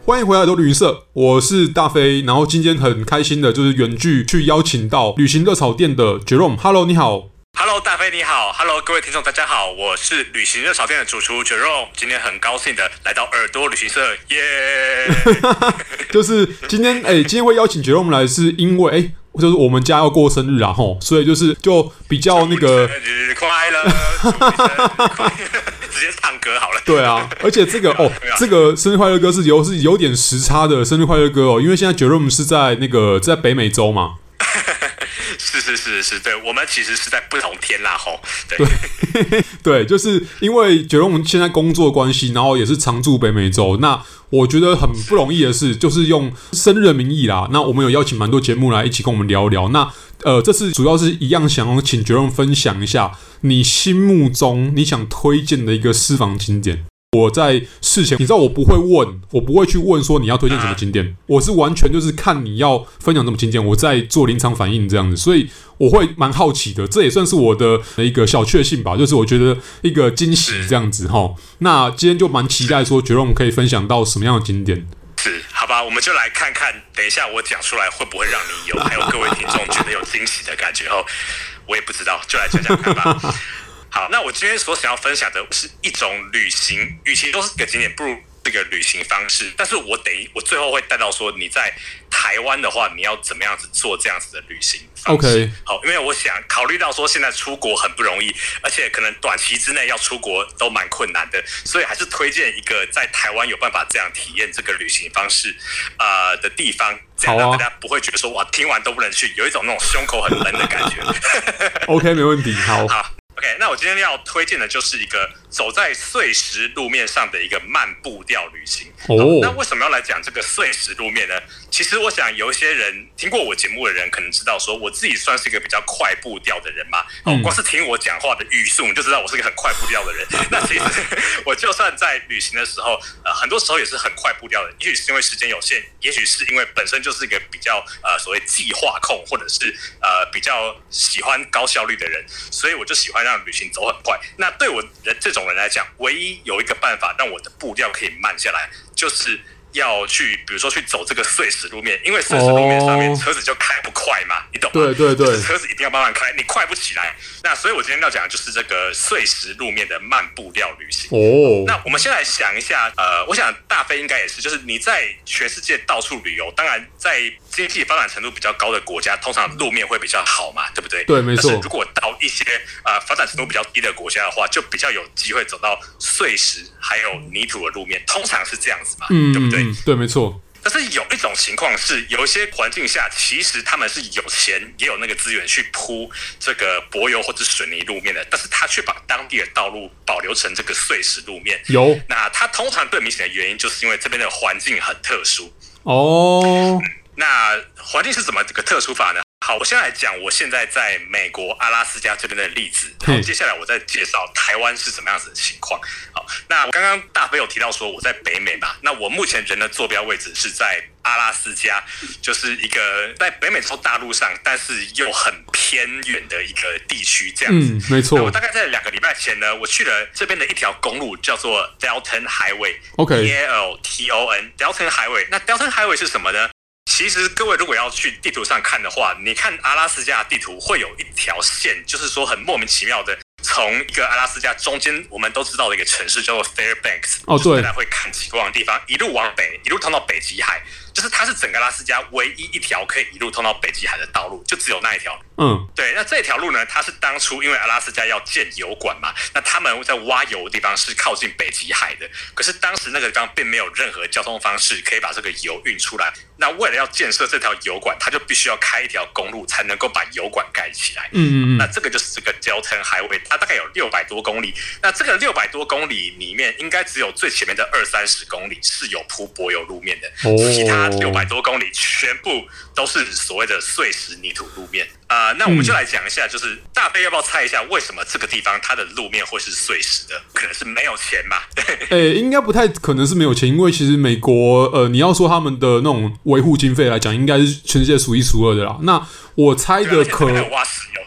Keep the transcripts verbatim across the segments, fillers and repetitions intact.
欢迎回来耳朵旅行社，我是大飞。然后今天很开心的就是远距去邀请到旅行热炒店的 Jerome。Hello， 你好。 Hello， 大飞你好 ，Hello， 各位听众大家好，我是旅行热炒店的主厨 Jerome， 今天很高兴的来到耳朵旅行社，耶、yeah! 就是今天，哎、欸，今天会邀请 Jerome 来，是因为哎。欸就是我们家要过生日啊，吼，所以就是就比较那个生日快乐，祝你生日快乐，直接唱歌好了。 对啊，而且这个哦，这个生日快乐歌是有是有点时差的生日快乐歌哦，因为现在 Jerome 是在那个在北美洲嘛。 是是是是，对，我们其实是在不同天啦，吼，对对对，就是因为 Jerome 现在工作关系，然后也是常驻北美洲，那我觉得很不容易的是，就是用生日的名义啦。那我们有邀请蛮多节目来一起跟我们聊聊。那呃，这次主要是一样想要请 Jerome 分享一下你心目中你想推荐的一个私房景点。我在事前，你知道我不会问，我不会去问说你要推荐什么景点，我是完全就是看你要分享什么景点，我在做临场反应这样子，所以我会蛮好奇的，这也算是我的一个小确幸吧，就是我觉得一个惊喜这样子齁。那今天就蛮期待说 Jerome 可以分享到什么样的景点。 是，好吧，我们就来看看，等一下我讲出来会不会让你有，还有各位听众觉得有惊喜的感觉哦。我也不知道，就来讲讲看吧。好，那我今天所想要分享的是一种旅行，与其说是一个景点，不如这个旅行方式。但是我等一我最后会带到说，你在台湾的话，你要怎么样子做这样子的旅行方式 ？OK， 好，因为我想考虑到说现在出国很不容易，而且可能短期之内要出国都蛮困难的，所以还是推荐一个在台湾有办法这样体验这个旅行方式呃的地方。这样让大家不会觉得说哇，听完都不能去，有一种那种胸口很闷的感觉。 OK， 没问题，好。 好 OK， 那我今天要推荐的就是一个走在碎石路面上的一个慢步调旅行。哦，那为什么要来讲这个碎石路面呢？其实我想有一些人听过我节目的人可能知道，说我自己算是一个比较快步调的人嘛。哦，光是听我讲话的语速，你就知道我是一个很快步调的人。那其实我就算在旅行的时候，呃，很多时候也是很快步调的。也许是因为时间有限，也许是因为本身就是一个比较呃所谓计划控，或者是呃比较喜欢高效率的人，所以我就喜欢让旅行走很快。那对我这种人来讲，唯一有一个办法让我的步调可以慢下来，就是要去，比如说去走这个碎石路面，因为碎石路面上面车子就开不快嘛，你懂吗？ 对对对， 车子一定要慢慢开，你快不起来。那所以我今天要讲的就是这个碎石路面的慢步调旅行。哦，那我们先来想一下，呃，我想大飞应该也是，就是你在全世界到处旅游，当然在经济发展程度比较高的国家，通常路面会比较好嘛，对不对？ 对，没错。 但是如果到一些呃发展程度比较低的国家的话，就比较有机会走到碎石还有泥土的路面，通常是这样子嘛，嗯、对不对？ 嗯，对，没错。 但是有一种情况是，有一些环境下，其实他们是有钱也有那个资源去铺这个柏油或者水泥路面的，但是他却把当地的道路保留成这个碎石路面。 有， 那他通常最明显的原因，就是因为这边的环境很特殊。 哦、嗯， 那环境是怎么这个特殊法呢？好，我先来讲我现在在美国阿拉斯加这边的例子，然后接下来我再介绍台湾是什么样子的情况。好，那我刚刚大飞有提到说我在北美嘛，那我目前人的坐标位置是在阿拉斯加，就是一个在北美洲大陆上，但是又很偏远的一个地区，这样子。 嗯，没错。 我大概在两个礼拜前呢，我去了这边的一条公路，叫做 Delton Highway。OK。D A L T O N。Delton Highway。那 Delton Highway 是什么呢？其实各位如果要去地图上看的话，你看阿拉斯加的地图会有一条线，就是说很莫名其妙的，从一个阿拉斯加中间我们都知道的一个城市叫做 Fairbanks， 哦对， 大家会看极光的地方，一路往北，一路通到北极海，就是它是整个阿拉斯加唯一一条可以一路通到北极海的道路，就只有那一条。嗯，对，那这条路呢，它是当初因为阿拉斯加要建油管嘛，那他们在挖油的地方是靠近北极海的，可是当时那个地方并没有任何交通方式可以把这个油运出来。那为了要建设这条油管，它就必须要开一条公路才能够把油管盖起来。嗯嗯嗯。那这个就是这个Delton Highway，它大概有六百多公里。那这个六百多公里里面，应该只有最前面的二三十公里是有铺柏油路面的，哦、其他六百多公里全部都是所谓的碎石泥土路面。啊、呃，那我们就来讲一下，就是、嗯、大飞要不要猜一下，为什么这个地方它的路面会是碎石的？可能是没有钱嘛？ 哎、欸，应该不太可能是没有钱，因为其实美国，呃，你要说他们的那种维护经费来讲，应该是全世界数一数二的啦。那我猜的可， 还有挖石油。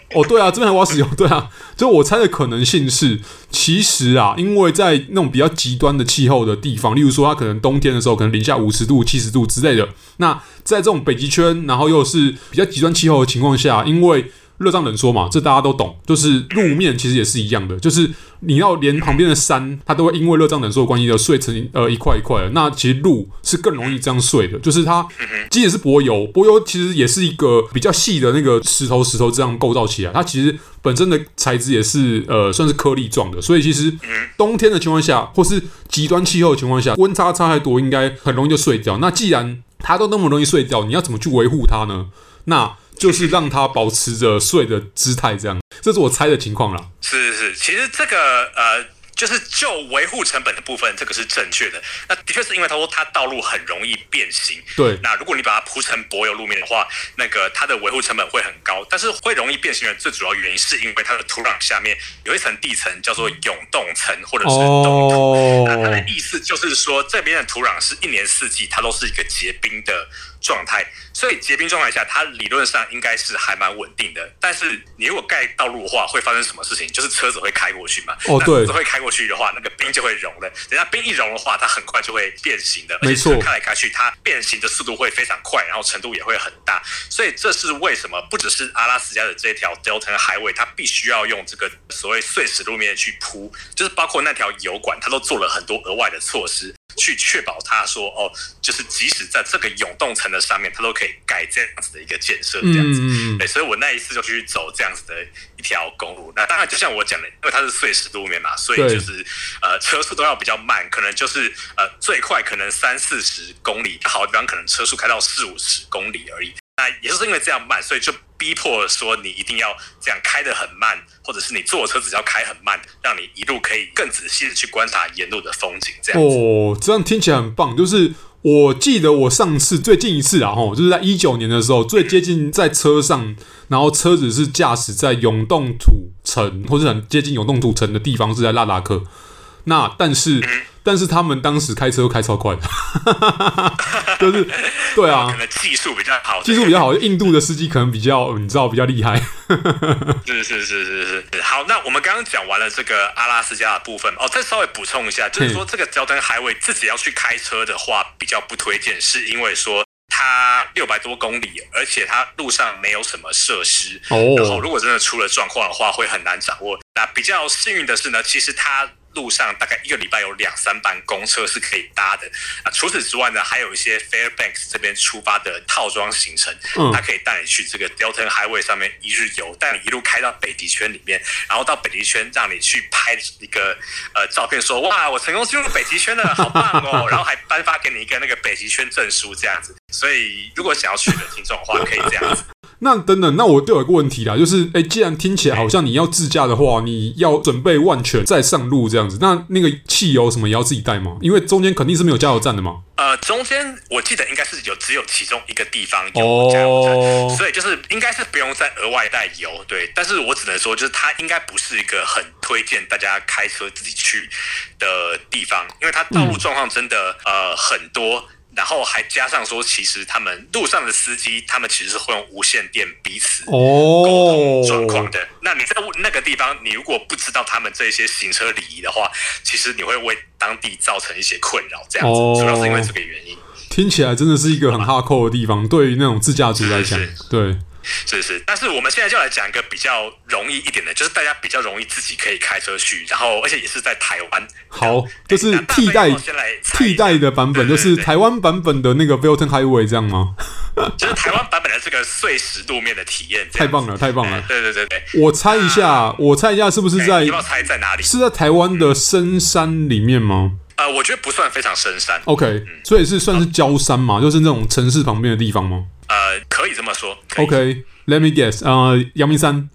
哦，对啊，这边还挖石油，对啊，就我猜的可能性是，其实啊，因为在那种比较极端的气候的地方，例如说它可能冬天的时候可能零下五十度、七十度之类的，那在这种北极圈，然后又是比较极端气候的情况下，因为热胀冷缩嘛，这大家都懂，就是路面其实也是一样的，就是你要连旁边的山，它都会因为热胀冷缩的关系而碎成呃一块一块的。那其实路是更容易这样碎的，就是它即使是柏油，柏油其实也是一个比较细的那个石头石头这样构造起来，它其实本身的材质也是呃算是颗粒状的，所以其实冬天的情况下，或是极端气候的情况下，温差差太多，应该很容易就碎掉。那既然它都那么容易碎掉，你要怎么去维护它呢？那就是让它保持着碎的姿态，这样，这是我猜的情况啦。 是是，其实这个呃，就是就维护成本的部分，这个是正确的。那的确是因为他说它道路很容易变形， 对。 那如果你把它铺成柏油路面的话，那个它的维护成本会很高。但是会容易变形的最主要原因，是因为它的土壤下面有一层地层叫做永冻层或者是冻土。哦、那它的意思就是说，这边的土壤是一年四季它都是一个结冰的状态，所以结冰状态下，它理论上应该是还蛮稳定的。但是你如果盖道路的话，会发生什么事情？就是车子会开过去嘛。 哦，对， 车子会开过去的话，那个冰就会融了。等下冰一融的话，它很快就会变形的。 没错， 开来开去，它变形的速度会非常快，然后程度也会很大。所以这是为什么不只是阿拉斯加的这条 Dalton Highway， 它必须要用这个所谓碎石路面去铺，就是包括那条油管，它都做了很多额外的措施。去确保它说哦，就是即使在这个永冻层的上面，它都可以盖这样子的一个建设，这样子。嗯、对，所以我那一次就去走这样子的一条公路。那当然，就像我讲的，因为它是碎石路面嘛，所以就是呃车速都要比较慢，可能就是呃最快可能三四十公里，好的地方可能车速开到四五十公里而已。那也就是因为这样慢，所以就逼迫说你一定要这样开得很慢，或者是你坐车子要开很慢，让你一路可以更仔细的去观察沿路的风景。这样子哦，这样听起来很棒。就是我记得我上次最近一次啊，吼，就是在一九年的时候，最接近在车上，然后车子是驾驶在永冻土层，或是很接近永冻土层的地方，是在拉达克。那但是。嗯但是他们当时开车开超快的，就是对啊， 可能技术比较好， 技术比较好。印度的司机可能比较，你知道比较厉害。 是是是是是。好，那我们刚刚讲完了这个阿拉斯加的部分哦，再稍微补充一下，就是说这个Dalton Highway自己要去开车的话，比较不推荐，是因为说它六百多公里，而且它路上没有什么设施，哦、然后如果真的出了状况的话，会很难掌握。那比较幸运的是呢，其实它路上大概一个礼拜有两三班公车是可以搭的。啊，除此之外呢，还有一些 Fairbanks 这边出发的套装行程，嗯、它可以带你去这个 Dalton Highway 上面一日游，带你一路开到北极圈里面，然后到北极圈让你去拍一个呃照片说，说哇，我成功进入北极圈了，好棒哦！然后还颁发给你一个那个北极圈证书这样子。所以如果想要去的听众的话，可以这样子。 那等等，那我就有一个问题啦，就是，哎，既然听起来好像你要自驾的话，你要准备万全再上路这样子，那那个汽油什么也要自己带吗？因为中间肯定是没有加油站的嘛。 呃，中间我记得应该是有只有其中一个地方有加油站，哦、所以就是应该是不用再额外带油，对。但是我只能说，就是它应该不是一个很推荐大家开车自己去的地方，因为它道路状况真的、嗯、呃很多。然后还加上说，其实他们路上的司机，他们其实是会用无线电彼此沟通状况的。哦、那你在那个地方，你如果不知道他们这些行车礼仪的话，其实你会为当地造成一些困扰。这样子，哦、主要是因为这个原因。 听起来真的是一个很哈扣的地方，对于那种自驾族来讲，对。 是是，但是我们现在就来讲一个比较容易一点的，就是大家比较容易自己可以开车去，然后而且也是在台湾。 好，就是替代替代的版本，就是台湾版本的那个 Dalton Highway 这样吗？ 就是台湾版本的这个碎石路面的体验。 太棒了，太棒了！ 对对对对， 我猜一下，我猜一下，是不是在？ 你要不要猜在哪里？ 是在台湾的深山里面吗？ 呃，我觉得不算非常深山。 OK，嗯、所以是算是郊山嘛，就是那种城市旁边的地方吗？ 呃，可以这么说。 OK。Let me guess， 呃，阳明山。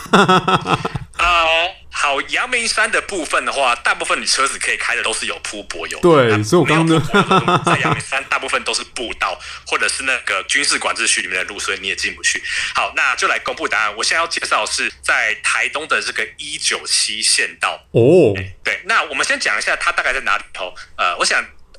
呃，好，阳明山的部分的话，大部分你车子可以开的都是有铺柏油的。 对，所以我刚刚在阳明山大部分都是步道，或者是那个军事管制区里面的路，所以你也进不去。好，那就来公布答案。我现在要介绍的是在台东的这个一九七县道。哦，对，那我们先讲一下它大概在哪里头。呃，我想。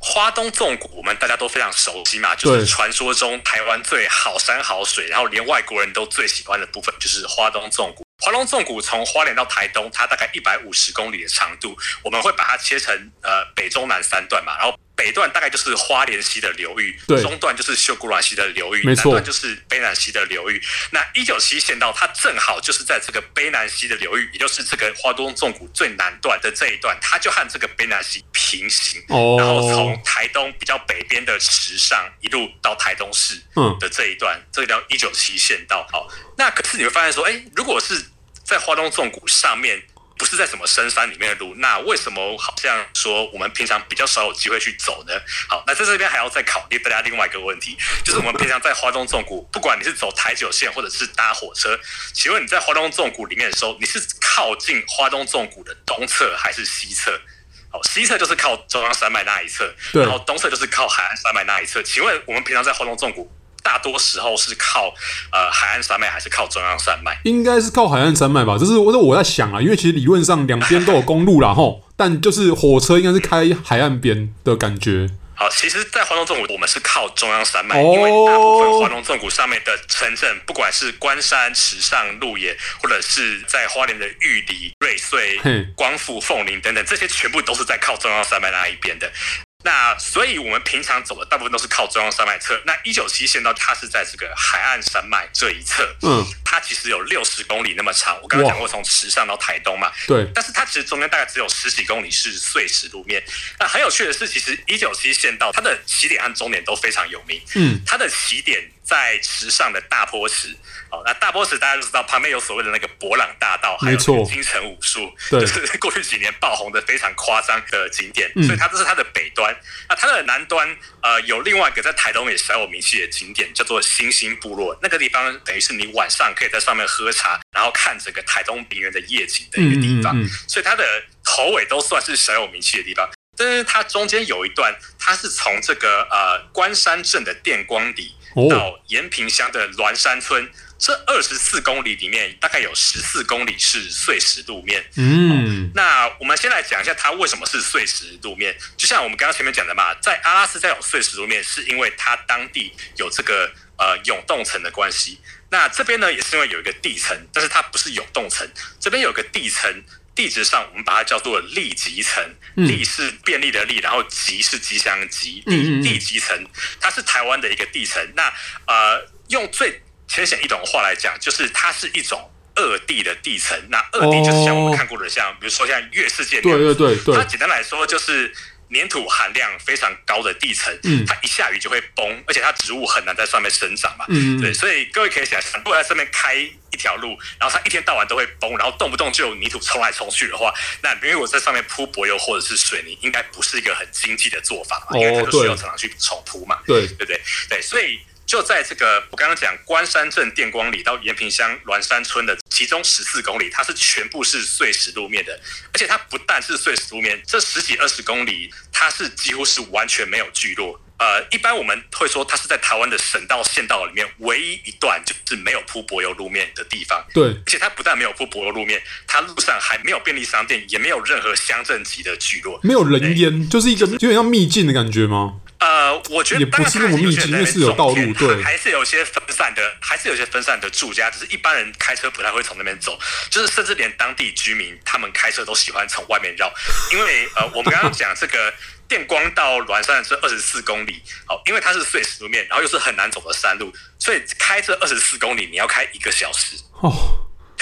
花东纵谷我们大家都非常熟悉嘛，就是传说中台湾最好山好水，然后连外国人都最喜欢的部分，就是花东纵谷。花东纵谷从花莲到台东，它大概一百五十公里的长度，我们会把它切成呃北中南三段嘛，然后北段大概就是花莲溪的流域，中段就是秀姑峦溪的流域，南段就是卑南溪的流域。那一九七县道它正好就是在这个卑南溪的流域，也就是这个花东纵谷最南段的这一段，它就和这个卑南溪平行，哦、然后从台东比较北边的池上一路到台东市的这一段，嗯、这个叫一九七县道。好，那可是你会发现说，哎，如果是在花东纵谷上面，不是在什么深山里面的路，那为什么好像说我们平常比较少有机会去走呢？好，那在这边还要再考虑大家另外一个问题，就是我们平常在花东纵谷，不管你是走台九线或者是搭火车，请问你在花东纵谷里面的时候，你是靠近花东纵谷的东侧还是西侧？好，西侧就是靠中央山脉那一侧，然后东侧就是靠海岸山脉那一侧。请问我们平常在花东纵谷，大多时候是靠呃海岸山脉还是靠中央山脉？ 应该是靠海岸山脉吧，这是我我在想啊，因为其实理论上两边都有公路啦吼，但就是火车应该是开海岸边的感觉。 好，其实，在花东纵谷我们是靠中央山脉，哦、因为大部分花东纵谷上面的城镇，不管是关山、池上、鹿野，或者是在花莲的玉里、瑞穗、光复、凤林等等，这些全部都是在靠中央山脉那一边的。那所以我们平常走的大部分都是靠中央山脉侧。那一九七县道它是在这个海岸山脉这一侧，嗯，它其实有六十公里那么长。我刚刚讲过从池上到台东嘛， 对。 但是它其实中间大概只有十几公里是碎石路面。那很有趣的是，其实一九七县道它的起点和终点都非常有名。嗯，它的起点在池上的大坡池。哦，那大坡池大家都知道，旁边有所谓的那个博朗大道，还有金城武术，就是过去几年爆红的非常夸张的景点。嗯、所以它这是它的北端。那它的南端，呃，有另外一个在台东也小有名气的景点，叫做星星部落。那个地方等于是你晚上可以在上面喝茶，然后看整个台东平原的夜景的一个地方。嗯嗯嗯所以它的头尾都算是小有名气的地方。但是它中间有一段，它是从这个呃关山镇的电光里到延平乡的峦山村。这二十四公里里面，大概有十四公里是碎石路面。嗯、哦，那我们先来讲一下它为什么是碎石路面。就像我们刚刚前面讲的嘛，在阿拉斯加有碎石路面，是因为它当地有这个呃涌动层的关系。那这边呢，也是因为有一个地层，但是它不是涌动层，这边有个地层。地质上我们把它叫做地极层，地是便利的利，然后极是吉祥的吉，地地极层，它是台湾的一个地层。那呃，用最浅显易懂的话来讲，就是它是一种二地的地层。那二地就是像我们看过的像，像比如说像月世界那样， 对对对对， 它简单来说就是粘土含量非常高的地层，嗯、它一下雨就会崩，而且它植物很难在上面生长嘛。嗯、对，所以各位可以想象，如果在上面开一条路，然后它一天到晚都会崩，然后动不动就有泥土冲来冲去的话，那如果在上面铺柏油或者是水泥，应该不是一个很经济的做法嘛，因为它就需要常常去重铺嘛。 对， 对不对？对，所以就在这个我刚刚讲关山镇电光里到延平乡峦山村的其中十四公里，它是全部是碎石路面的，而且它不但是碎石路面，这十几二十公里它是几乎是完全没有聚落。呃，一般我们会说它是在台湾的省道县道里面唯一一段就是没有铺柏油路面的地方。 对， 而且它不但没有铺柏油路面，它路上还没有便利商店，也没有任何乡镇级的聚落， 没有人烟，就是一个有点像秘境的感觉吗？ 呃，我觉得也不是那么密集，因为是有道路，对， 还是有些分散的，还是有些分散的住家，只是一般人开车不太会从那边走，就是甚至连当地居民他们开车都喜欢从外面绕，因为呃，我们刚刚讲这个电光到峦山是二十四公里，好，因为它是碎石路面，然后又是很难走的山路，所以开这二十四公里你要开一个小时。哦。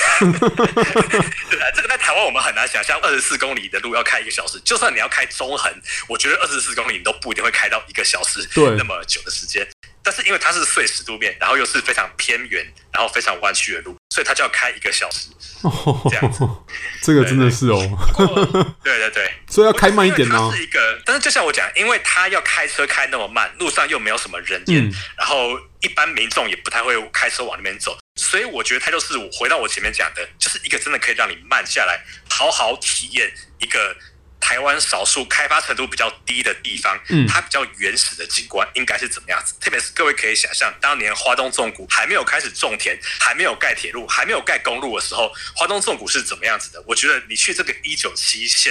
这个在台湾我们很难想象，二十四公里的路要开一个小时。就算你要开中横，我觉得二十四公里你都不一定会开到一个小时那么久的时间。但是因为它是碎石路面，然后又是非常偏远，然后非常弯曲的路，所以它就要开一个小时。这样子， 这个真的是哦。 对对对， 所以要开慢一点呢、 哦。它是一个，但是就像我讲，因为它要开车开那么慢，路上又没有什么人烟，嗯、然后一般民众也不太会开车往那边走。所以我觉得它就是回到我前面讲的，就是一个真的可以让你慢下来，好好体验一个台湾少数开发程度比较低的地方，嗯，它比较原始的景观应该是怎么样子。特别是各位可以想象，当年花东纵谷还没有开始种田，还没有盖铁路，还没有盖公路的时候，花东纵谷是怎么样子的？我觉得你去这个一九七县道，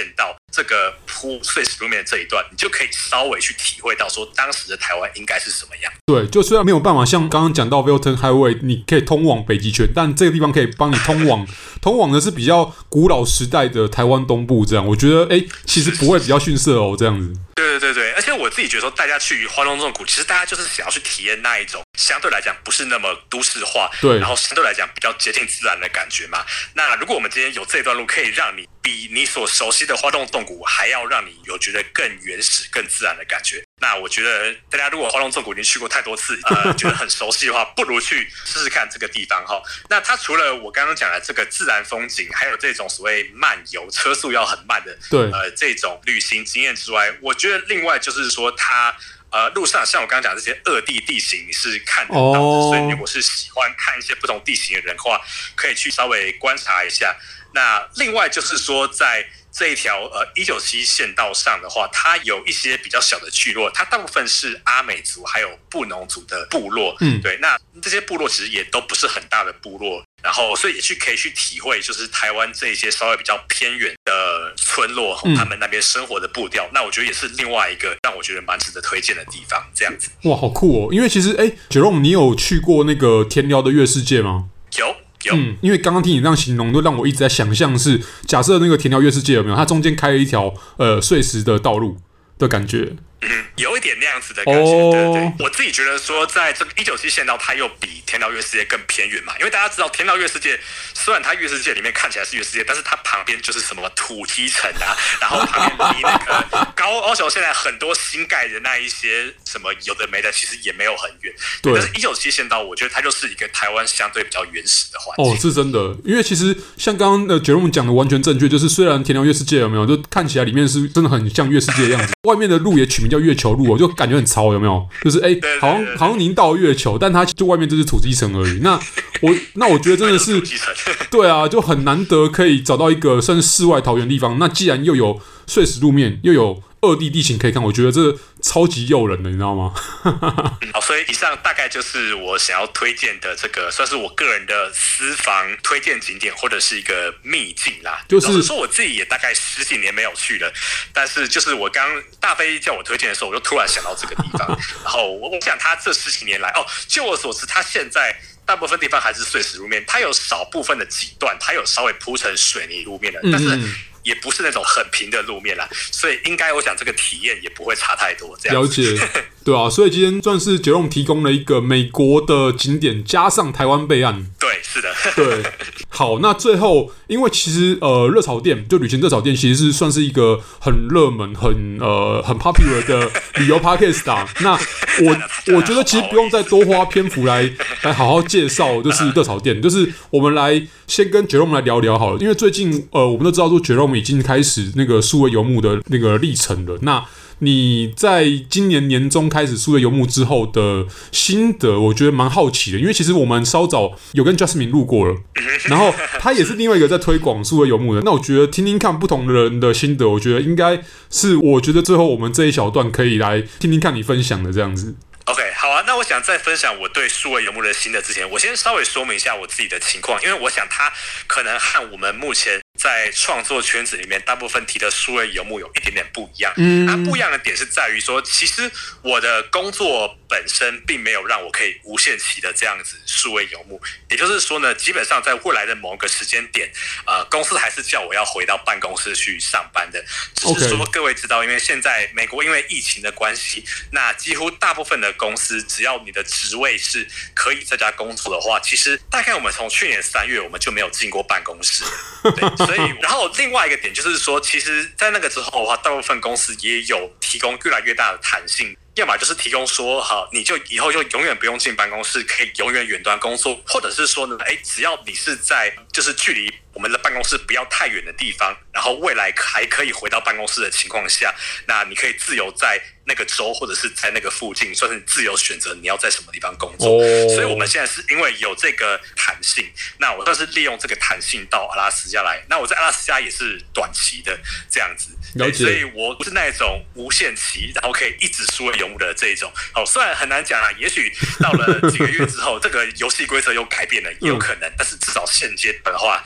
这个铺碎石路面的这一段，你就可以稍微去体会到说当时的台湾应该是什么样。 对，就虽然没有办法像刚刚讲到 Velton Highway 你可以通往北极圈，但这个地方可以帮你通往通往的是比较古老时代的台湾东部，这样我觉得哎，其实不会比较逊色哦，这样子。 对对对对，而且我自己觉得说，大家去花东纵谷，其实大家就是想要去体验那一种相对来讲不是那么都市化， 对， 然后相对来讲比较接近自然的感觉嘛。那如果我们今天有这段路，可以让你比你所熟悉的花东纵谷还要让你有觉得更原始、更自然的感觉，那我觉得大家如果花东纵谷已经去过太多次，呃，觉得很熟悉的话，不如去试试看这个地方哈。那它除了我刚刚讲的这个自然风景，还有这种所谓慢游、车速要很慢的， 对， 呃，这种旅行经验之外，我觉得另外就是说它。呃，路上像我刚刚讲这些二地地形你是看得到的， oh. 所以如果是喜欢看一些不同地形的人的话，可以去稍微观察一下。那另外就是说，在这一条呃一九七县道上的话，它有一些比较小的聚落，它大部分是阿美族还有布农族的部落，嗯，对，那这些部落其实也都不是很大的部落。然后，所以也去可以去体会，就是台湾这些稍微比较偏远的村落，嗯、他们那边生活的步调。那我觉得也是另外一个让我觉得蛮值得推荐的地方。这样子， 哇，好酷哦！因为其实，哎 ，Jerome， 你有去过那个田寮的月世界吗？ 有，有。 嗯，因为刚刚听你这样形容，都让我一直在想象是，假设那个田寮月世界有没有，它中间开了一条呃碎石的道路的感觉。 嗯，有一点那样子的感觉， oh. 对对。我自己觉得说，在这个一九七县道，它又比田寮月世界更偏远嘛。因为大家知道，田寮月世界虽然它月世界里面看起来是月世界，但是它旁边就是什么土梯城啊，然后旁边离那个高高雄现在很多新盖的那一些什么有的没的，其实也没有很远。对。但是一九七县道，我觉得它就是一个台湾相对比较原始的环境。 哦，是真的。因为其实像刚刚的 Jerome 讲的完全正确，就是虽然田寮月世界有没有，就看起来里面是真的很像月世界的样子，外面的路也取名叫月球路，我就感觉很潮，有没有？就是哎、欸，好像好像您到月球，但它就外面就是土基层而已。那我那我觉得真的是，对啊，就很难得可以找到一个算是世外桃源的地方。那既然又有碎石路面，又有二地地形可以看，我觉得这超级诱人的，你知道吗？ 好，所以以上大概就是我想要推荐的这个，算是我个人的私房推荐景点或者是一个秘境啦。就是老实说，我自己也大概十几年没有去了，但是就是我刚大飞叫我推荐的时候，我就突然想到这个地方。然后我我想他这十几年来，哦，就我所知，他现在大部分地方还是碎石路面，它有少部分的几段，它有稍微铺成水泥路面的，但是也不是那种很平的路面啦，所以应该我想这个体验也不会差太多。这样了解，对啊，所以今天算是Jerome提供了一个美国的景点，加上台湾备案。 对，是的， 对。好，那最后，因为其实呃，热炒店就旅行热炒店，其实是算是一个很热门、很呃很 popular 的旅游 podcast 啊。那我我觉得其实不用再多花篇幅来来好好介绍，就是热炒店，就是我们来先跟 Jerome 来聊聊好了，因为最近呃我们都知道说 Jerome 已经开始那个数位游牧的那个历程了。那你在今年年中开始数位游牧之后的心得，我觉得蛮好奇的，因为其实我们稍早有跟 Jasmine 录过了，然后他也是另外一个在推广数位游牧的。那我觉得听听看不同的人的心得，我觉得应该是我觉得最后我们这一小段可以来听听看你分享的这样子。 OK， 好啊，那我想在分享我对数位游牧的心得之前，我先稍微说明一下我自己的情况，因为我想它可能和我们目前在创作圈子里面大部分提的数位游牧有一点点不一样。嗯，它不一样的点是在于说，其实我的工作本身并没有让我可以无限期的这样子数位游牧，也就是说呢，基本上在未来的某个时间点，呃，公司还是叫我要回到办公室去上班的。只是说各位知道，因为现在美国因为疫情的关系，那几乎大部分的公司只要你的职位是可以在家工作的话，其实大概我们从去年三月我们就没有进过办公室。对，所以然后另外一个点就是说，其实在那个之后的话，大部分公司也有提供越来越大的弹性。要么就是提供说，好，你就以后就永远不用进办公室，可以永远远端工作，或者是说呢，哎，只要你是在就是距离我们的办公室不要太远的地方，然后未来还可以回到办公室的情况下，那你可以自由在那个州或者是在那个附近，算是自由选择你要在什么地方工作。Oh. 所以我们现在是因为有这个弹性，那我算是利用这个弹性到阿拉斯加来。那我在阿拉斯加也是短期的这样子， 了解。 所以我不是那种无限期，然后可以一直数位游牧的这一种。好，虽然很难讲啊，也许到了几个月之后，这个游戏规则又改变了，也有可能。嗯、但是至少现阶段的话，呃，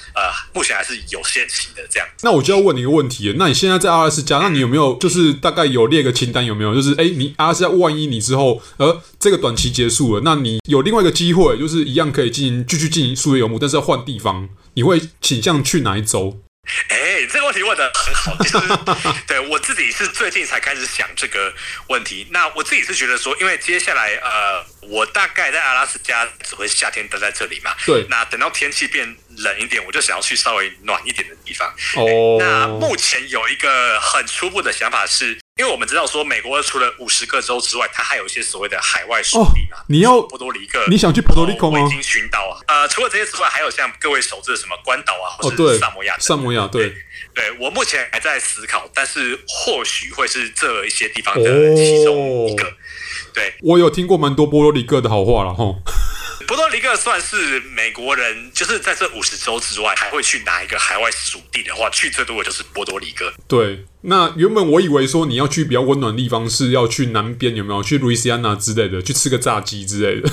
目前还是有限期的这样。 那我就要问你一个问题了，那你现在在阿拉斯加，那你有没有就是大概有列个清单有没有？就是哎，你阿拉斯加万一你之后呃这个短期结束了，那你有另外一个机会，就是一样可以进行继续进行数位游牧，但是要换地方，你会倾向去哪一州？ 哎、欸，这个问题问得很好，其实对我自己是最近才开始想这个问题。那我自己是觉得说，因为接下来呃，我大概在阿拉斯加只会夏天待在这里嘛， 对。 那等到天气变冷一点，我就想要去稍微暖一点的地方。 哦、 欸。那目前有一个很初步的想法是。因为我们知道说，美国除了五十个州之外，它还有一些所谓的海外属地嘛。哦、 你要波多黎各， 你想去波多黎各吗？ 维京群岛啊，呃，除了这些之外，还有像各位熟知的什么关岛啊，或是萨摩亚、哦。 萨摩亚，对。 对，我目前还在思考，但是或许会是这一些地方的其中一个。哦、对， 我有听过蛮多波多黎各的好话了哈。 波多黎各算是美国人，就是在这五十州之外，还会去哪一个海外属地的话，去最多的就是波多黎各。 对，那原本我以为说你要去比较温暖的地方，是要去南边，有没有去路易斯安那之类的，去吃个炸鸡之类的。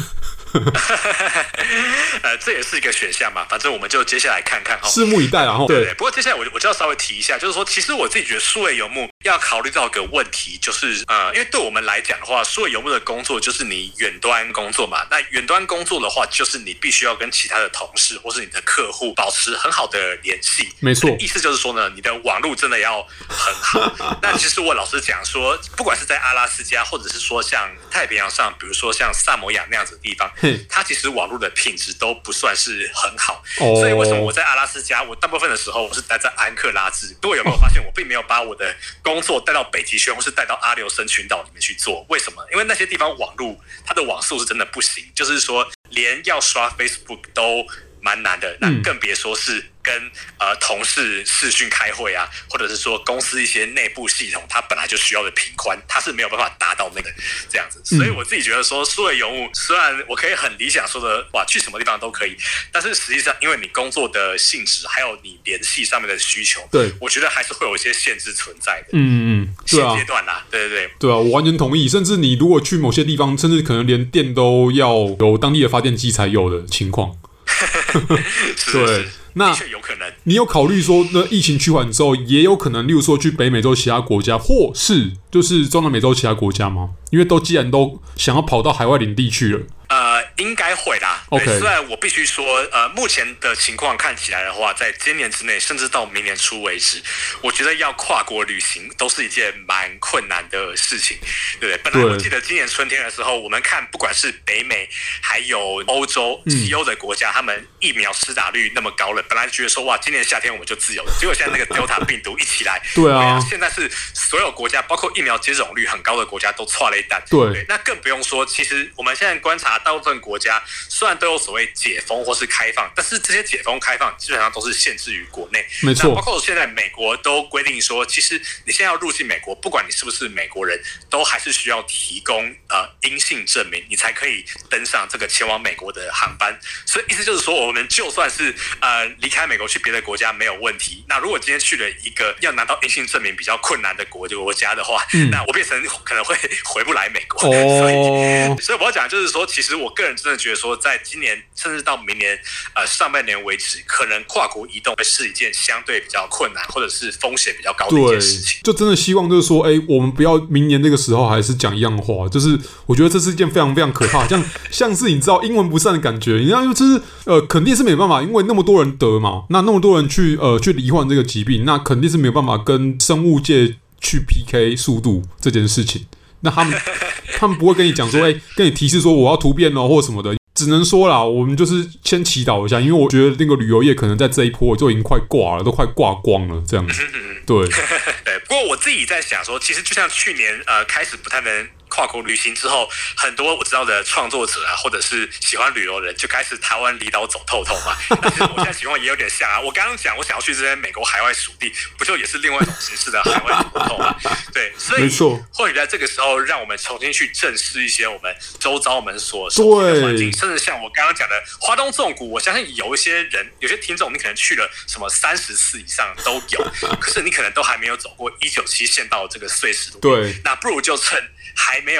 呃，这也是一个选项嘛，反正我们就接下来看看哈， 拭目以待啦。 对 对, 对。不过接下来我我就要稍微提一下，就是说，其实我自己觉得数位游牧要考虑到一个问题，就是呃，因为对我们来讲的话，数位游牧的工作就是你远端工作嘛。那远端工作的话，就是你必须要跟其他的同事或是你的客户保持很好的联系。 没错， 意思就是说呢，你的网路真的要很好。那其实我老实讲说，不管是在阿拉斯加，或者是说像太平洋上，比如说像萨摩亚那样子的地方，它其实网路的品质都不算是很好。哦、所以为什么我在阿拉斯加，我大部分的时候我是待在安克拉治。各位有没有发现，我并没有把我的工作带到北极圈，或是带到阿留申群岛里面去做？为什么？因为那些地方网路它的网速是真的不行，就是说连要刷 Facebook 都蛮难的，那更别说是跟呃同事视讯开会啊，或者是说公司一些内部系统，它本来就需要的频宽，它是没有办法达到那个这样子。所以我自己觉得说，数位游牧虽然我可以很理想说的哇，去什么地方都可以，但是实际上因为你工作的性质，还有你联系上面的需求， 对， 我觉得还是会有一些限制存在的。 嗯嗯，对啊， 现阶段啦，对对对， 对啊，我完全同意。甚至你如果去某些地方，甚至可能连电都要有当地的发电机才有的情况。 是对， 是那的确有可能。 你有考虑说，那疫情趋缓之后，也有可能，例如说去北美洲其他国家，或是就是中南美洲其他国家吗？因为都既然都想要跑到海外领地去了。 呃，应该会啦。 OK， 虽然我必须说，呃，目前的情况看起来的话，在今年之内，甚至到明年初为止，我觉得要跨国旅行都是一件蛮困难的事情，对不对？本来我记得今年春天的时候，我们看不管是北美还有欧洲、西欧的国家，嗯、他们疫苗施打率那么高了，本来觉得说哇，今年夏天我们就自由了，结果现在那个 Delta 病毒一起来， 对啊， 现在是所有国家，包括疫苗接种率很高的国家都剉了一蛋， 对， 对，那更不用说，其实我们现在观察大部分国家虽然都有所谓解封或是开放，但是这些解封开放基本上都是限制于国内， 没错。 包括现在美国都规定说，其实你现在要入境美国，不管你是不是美国人，都还是需要提供呃阴性证明，你才可以登上这个前往美国的航班。所以意思就是说，我们就算是呃离开美国去别的国家没有问题，那如果今天去了一个要拿到阴性证明比较困难的国国家的话，嗯、那我变成可能会回不来美国。哦、所以，所以我要讲的就是说，其实我个人真的觉得说，在今年甚至到明年呃上半年为止，可能跨国移动会是一件相对比较困难或者是风险比较高的一件事情。 就真的希望就是说，哎、欸，我们不要明年这个时候还是讲一样的话，就是我觉得这是一件非常非常可怕，像像是你知道英文不善的感觉，你知道就是呃肯定是没办法，因为那么多人得嘛，那那么多人去呃去罹患这个疾病，那肯定是没有办法跟生物界去 P K 速度这件事情。那他们他们不会跟你讲说，哎、欸，跟你提示说我要突变哦或什么的，只能说啦，我们就是先祈祷一下，因为我觉得那个旅游业可能在这一波就已经快挂了，都快挂光了这样子。对对，不过我自己在想说，其实就像去年呃开始不太能跨国旅行之后，很多我知道的创作者啊，或者是喜欢旅游的人，就开始台湾离岛走透透嘛。但是我现在情况也有点像啊。我刚刚讲我想要去这些美国海外属地，不就也是另外一种形式的海外活动嘛？对，所以或许在这个时候，让我们重新去正视一些我们周遭我们所熟悉的环境，甚至像我刚刚讲的花东纵谷，我相信有一些人，有些听众，你可能去了什么三十次以上都有，可是你可能都还没有走过一九七县道这个碎石路。 对， 那不如就趁还没有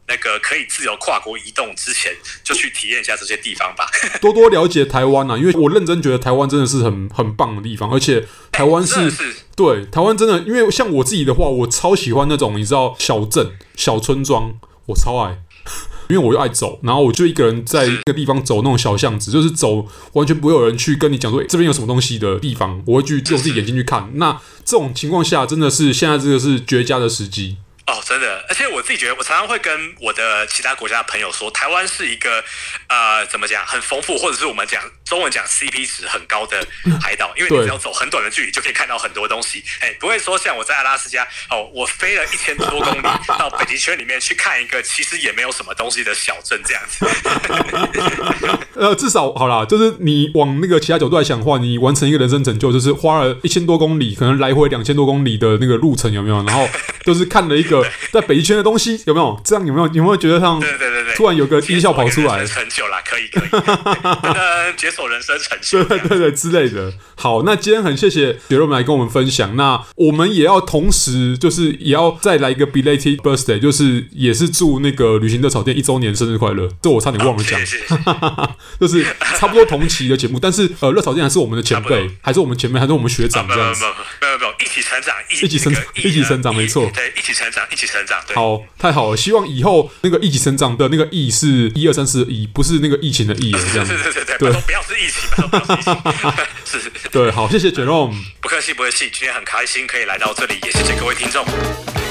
那个可以自由跨国移动之前，就去体验一下这些地方吧。 多多了解台湾啊，因为我认真觉得台湾真的是很很棒的地方，而且台湾是、欸、是对台湾真的，因为像我自己的话，我超喜欢那种你知道小镇、小村庄，我超爱。因为我又爱走，然后我就一个人在一个地方走那种小巷子，就是走完全不会有人去跟你讲说、欸、这边有什么东西的地方，我会去用自己眼睛去看。那这种情况下，真的是现在这个是绝佳的时机。 哦，真的，而且我自己觉得，我常常会跟我的其他国家的朋友说，台湾是一个呃，怎么讲，很丰富，或者是我们讲中文讲 C P 值很高的海岛，因为你只要走很短的距离就可以看到很多东西，哎，不会说像我在阿拉斯加，哦，我飞了一千多公里到北极圈里面去看一个其实也没有什么东西的小镇这样子。 呃，至少好啦，就是你往那个其他角度来想的话，你完成一个人生成就，就是花了一千多公里，可能来回两千多公里的那个路程，有没有？然后就是看了一个在北极圈的东西，有没有？这样有没有？有没有觉得像对对对对， 突然有个音效跑出来， 成就啦，可以可以，真的解锁人生成就， 对对对之类的。好，那今天很谢谢雪肉们来跟我们分享。那我们也要同时就是也要再来一个 belated birthday， 就是也是祝那个旅行热炒店一周年生日快乐。这我差点忘了讲， 哦、 就是差不多同期的节目，但是呃，热炒店还是我们的前辈，还是我们前辈，还是我们学长这样子。 没有没有，一起成长，一起成长，一起成长，没错， 对，一起成长，一起成长。对， 好，太好了！希望以后那个一起成长的那个“疫”是一二三四的“疫”，不是那个疫情的“疫”这样子。 对对对对，不要是疫情，不要是疫情。是， 对，好，谢谢 Jerome， 不客气不客气，今天很开心可以来到这里，也谢谢各位听众。